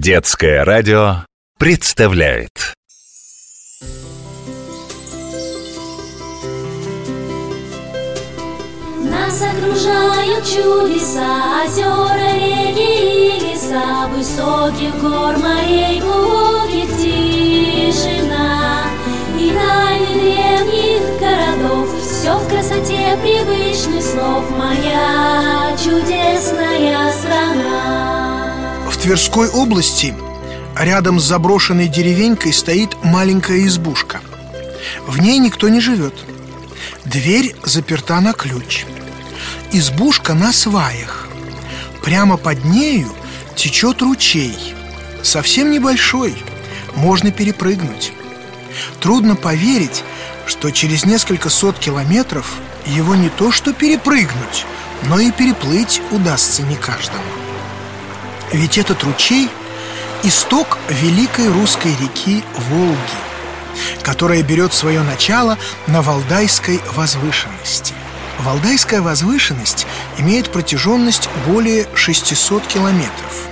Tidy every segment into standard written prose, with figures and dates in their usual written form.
Детское радио представляет. Нас окружают чудеса, озера, реки и леса, высоких гор, морей, глубоких тишина и тайны древних городов. Все в красоте привычных слов, моя чудесная страна. В Тверской области рядом с заброшенной деревенькой стоит маленькая избушка. В ней никто не живет. Дверь заперта на ключ. Избушка на сваях. Прямо под нею течет ручей. Совсем небольшой, можно перепрыгнуть. Трудно поверить, что через несколько сот километров его не то что перепрыгнуть, но и переплыть удастся не каждому. Ведь этот ручей – исток великой русской реки Волги, которая берет свое начало на Валдайской возвышенности. Валдайская возвышенность имеет протяженность более 600 километров.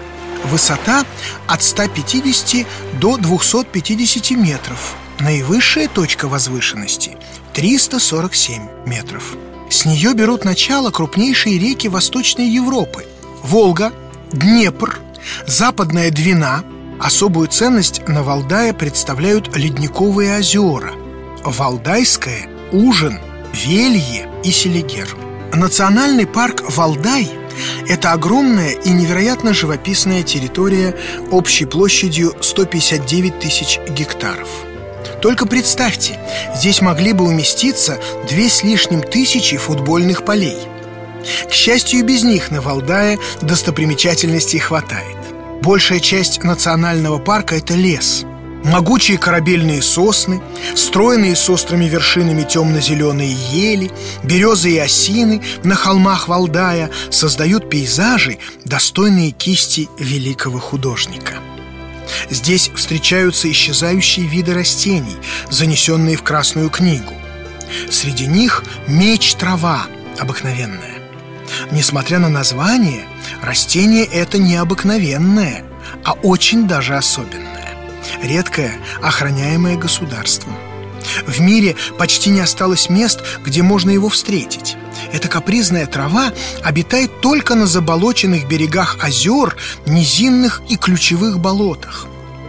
Высота от 150 до 250 метров. Наивысшая точка возвышенности – 347 метров. С нее берут начало крупнейшие реки Восточной Европы – Волга, Днепр, Западная Двина. Особую ценность на Валдае представляют ледниковые озера – Валдайское, Ужин, Велье и Селигер. Национальный парк Валдай – это огромная и невероятно живописная территория общей площадью 159 тысяч гектаров. Только представьте, здесь могли бы уместиться 2 с лишним тысячи футбольных полей. К счастью, и без них на Валдае достопримечательностей хватает. Большая часть национального парка – это лес. Могучие корабельные сосны, стройные с острыми вершинами темно-зеленые ели, березы и осины на холмах Валдая создают пейзажи, достойные кисти великого художника. Здесь встречаются исчезающие виды растений, занесенные в Красную книгу. Среди них меч-трава обыкновенная. Несмотря на название, растение это не обыкновенное, а очень даже особенное. Редкое, охраняемое государством. В мире почти не осталось мест, где можно его встретить. Эта капризная трава обитает только на заболоченных берегах озер, низинных и ключевых болотах.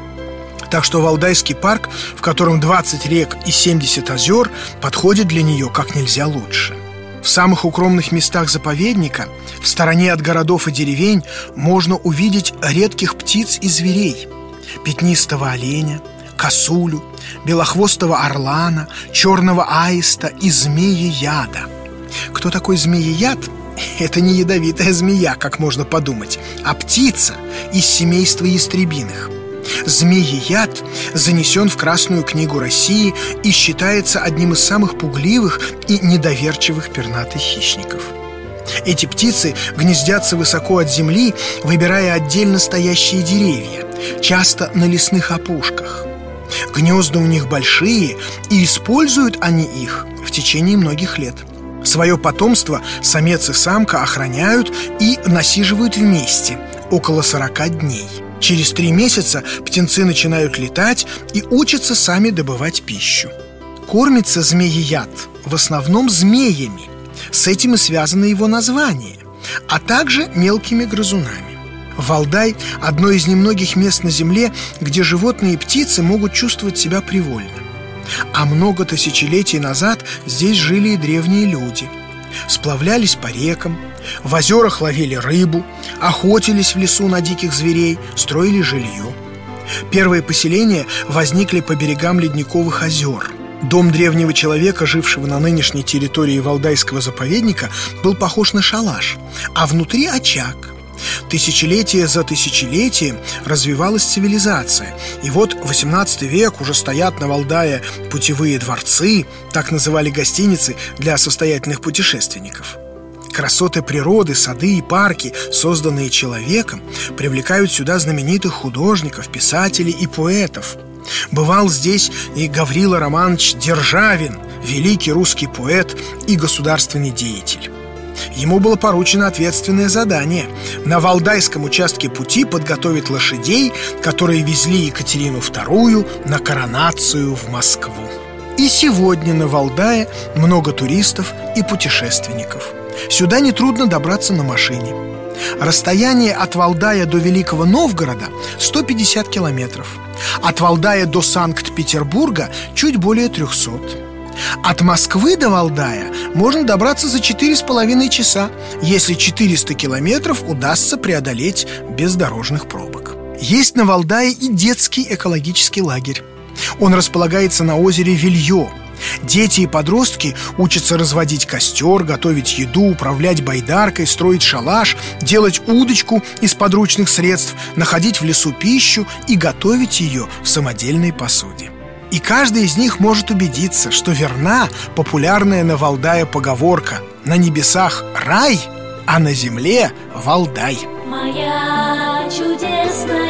Так что Валдайский парк, в котором 20 рек и 70 озер, подходит для нее как нельзя лучше. В самых укромных местах заповедника, в стороне от городов и деревень, можно увидеть редких птиц и зверей: пятнистого оленя, косулю, белохвостого орлана, черного аиста и змееяда. Кто такой змееяд? Это не ядовитая змея, как можно подумать, а птица из семейства ястребиных. Змееяд занесен в Красную книгу России и считается одним из самых пугливых и недоверчивых пернатых хищников. Эти птицы гнездятся высоко от земли, выбирая отдельно стоящие деревья, часто на лесных опушках. Гнезда у них большие, и используют они их в течение многих лет. Свое потомство самец и самка охраняют и насиживают вместе около 40 дней. Через 3 месяца птенцы начинают летать и учатся сами добывать пищу. Кормится змееяд в основном змеями. С этим и связано его название, а также мелкими грызунами. Валдай – одно из немногих мест на земле, где животные и птицы могут чувствовать себя привольно. А много тысячелетий назад здесь жили и древние люди. Сплавлялись по рекам, в озерах ловили рыбу, охотились в лесу на диких зверей, строили жилье. Первые поселения возникли по берегам ледниковых озер. Дом древнего человека, жившего на нынешней территории Валдайского заповедника, был похож на шалаш, а внутри очаг. Тысячелетие за тысячелетием развивалась цивилизация. И вот в 18 век уже стоят на Валдае путевые дворцы, так называли гостиницы для состоятельных путешественников. Красоты природы, сады и парки, созданные человеком, привлекают сюда знаменитых художников, писателей и поэтов. Бывал здесь и Гаврила Романович Державин, великий русский поэт и государственный деятель. Ему было поручено ответственное задание – на Валдайском участке пути подготовить лошадей, которые везли Екатерину II на коронацию в Москву. И сегодня на Валдае много туристов и путешественников. Сюда нетрудно добраться на машине. Расстояние от Валдая до Великого Новгорода 150 километров. От Валдая до Санкт-Петербурга чуть более 300. От Москвы до Валдая можно добраться за 4,5 часа, если 400 километров удастся преодолеть без дорожных пробок. Есть на Валдае и детский экологический лагерь. Он располагается на озере Вильё. Дети и подростки учатся разводить костер, готовить еду, управлять байдаркой, строить шалаш, делать удочку из подручных средств, находить в лесу пищу и готовить ее в самодельной посуде. И каждый из них может убедиться, что верна популярная на Валдае поговорка: «На небесах рай, а на земле Валдай». Моя чудесная